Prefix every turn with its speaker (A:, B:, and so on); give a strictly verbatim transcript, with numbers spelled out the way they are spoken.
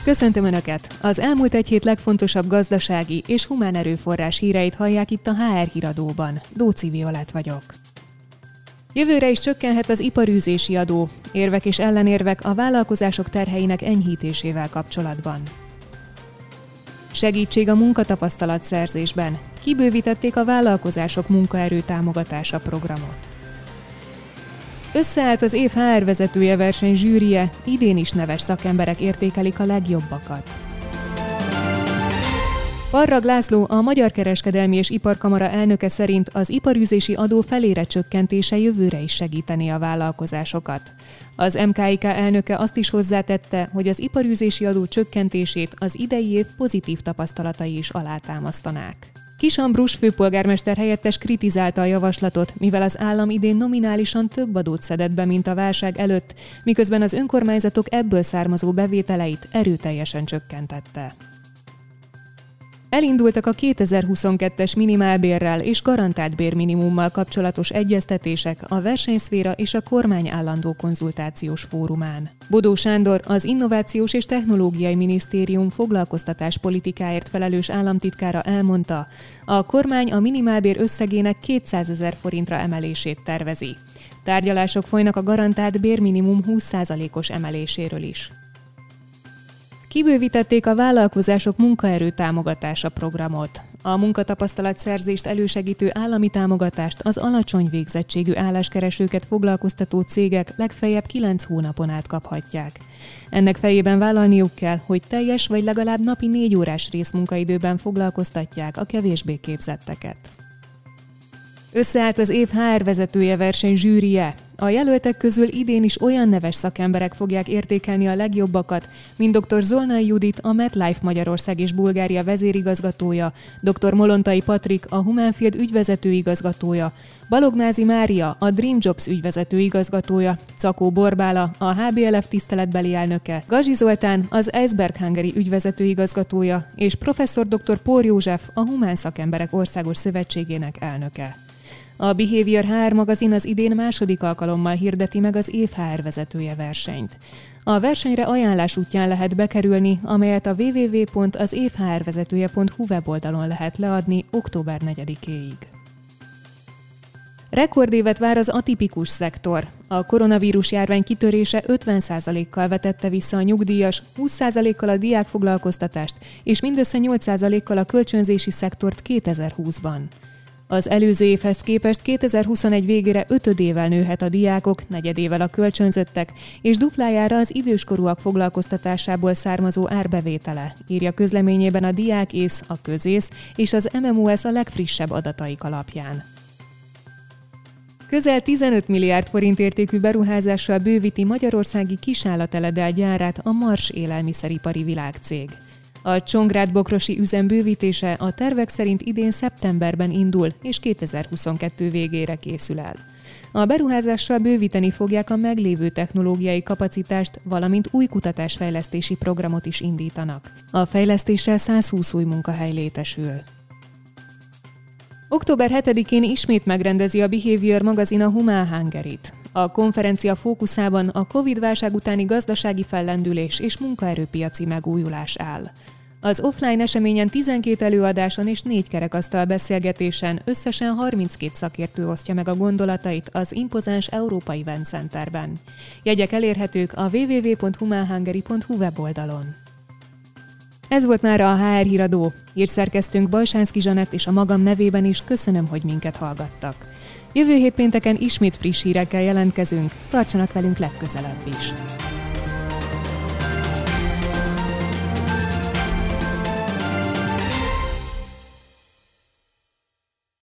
A: Köszöntöm Önöket! Az elmúlt egy hét legfontosabb gazdasági és humán erőforrás híreit hallják itt a há er híradóban. Dóczy Violett vagyok. Jövőre is csökkenhet az iparűzési adó. Érvek és ellenérvek a vállalkozások terheinek enyhítésével kapcsolatban. Segítség a munkatapasztalat szerzésben. Kibővítették a vállalkozások munkaerő támogatása programot. Összeállt az év há er vezetője verseny zsűrije, idén is neves szakemberek értékelik a legjobbakat. Parrag László, a Magyar Kereskedelmi és Iparkamara elnöke szerint az iparűzési adó felére csökkentése jövőre is segítené a vállalkozásokat. Az em ká i ká elnöke azt is hozzátette, hogy az iparűzési adó csökkentését az idei év pozitív tapasztalatai is alátámasztanák. Kiss Ambrus főpolgármester helyettes kritizálta a javaslatot, mivel az állam idén nominálisan több adót szedett be, mint a válság előtt, miközben az önkormányzatok ebből származó bevételeit erőteljesen csökkentette. Elindultak a kétezer-huszonkettes minimálbérrel és garantált bérminimummal kapcsolatos egyeztetések a versenyszféra és a kormány állandó konzultációs fórumán. Bodó Sándor, az Innovációs és Technológiai Minisztérium foglalkoztatáspolitikáért felelős államtitkára elmondta, a kormány a minimálbér összegének kétszázezer forintra emelését tervezi. Tárgyalások folynak a garantált bérminimum húsz százalékos emeléséről is. Kibővítették a vállalkozások munkaerő támogatása programot. A munkatapasztalatszerzést elősegítő állami támogatást az alacsony végzettségű álláskeresőket foglalkoztató cégek legfeljebb kilenc hónapon át kaphatják. Ennek fejében vállalniuk kell, hogy teljes vagy legalább napi négy órás részmunkaidőben foglalkoztatják a kevésbé képzetteket. Összeállt az év há er vezetője verseny zsűrije. A jelöltek közül idén is olyan neves szakemberek fogják értékelni a legjobbakat, mint dr. Zolnai Judit, a MetLife Magyarország és Bulgária vezérigazgatója, dr. Molontai Patrik, a Humanfield ügyvezető igazgatója, Balognázi Mária, a Dream Jobs ügyvezető igazgatója, Cakó Borbála, a há bé el ef tiszteletbeli elnöke, Gazsi Zoltán, az Iceberg Hungary ügyvezető igazgatója, és professzor dr. Pór József, a Humán Szakemberek Országos Szövetségének elnöke. A Behavior há er magazin az idén második alkalommal hirdeti meg az év há er vezetője versenyt. A versenyre ajánlás útján lehet bekerülni, amelyet a double-u double-u double-u pont az év há er vezetője pont hu weboldalon lehet leadni október negyedikéig. Rekordévet vár az atipikus szektor. A koronavírus járvány kitörése ötven százalékkal vetette vissza a nyugdíjas, húsz százalékkal a diákfoglalkoztatást és mindössze nyolc százalékkal a kölcsönzési szektort kétezer-húszban. Az előző évhez képest kétezer-huszonegy végére ötödével nőhet a diákok, negyedével a kölcsönzöttek, és duplájára az időskorúak foglalkoztatásából származó árbevétele, írja közleményében a Diákész, a Közész és az em em o es a legfrissebb adataik alapján. Közel tizenöt milliárd forint értékű beruházással bővíti magyarországi kisállateledel gyárát a Mars élelmiszeripari világcég. A Csongrád-Bokrosi üzem bővítése a tervek szerint idén szeptemberben indul, és kétezer-huszonkettő végére készül el. A beruházással bővíteni fogják a meglévő technológiai kapacitást, valamint új kutatásfejlesztési programot is indítanak. A fejlesztéssel százhúsz új munkahely létesül. október hetedikén ismét megrendezi a Behavior magazin a Humán Hungaryt. A konferencia fókuszában a Covid-válság utáni gazdasági fellendülés és munkaerőpiaci megújulás áll. Az offline eseményen tizenkét előadáson és négy kerekasztal beszélgetésen összesen harminckét szakértő osztja meg a gondolatait az impozáns Európai Event Centerben. Jegyek elérhetők a double-u double-u double-u pont humanhungary pont hu weboldalon. Ez volt már a há er híradó. Hírszerkesztőnk Balsánszky Zsanett és a magam nevében is köszönöm, hogy minket hallgattak. Jövő hét pénteken ismét friss hírekkel jelentkezünk, tartsanak velünk legközelebb is!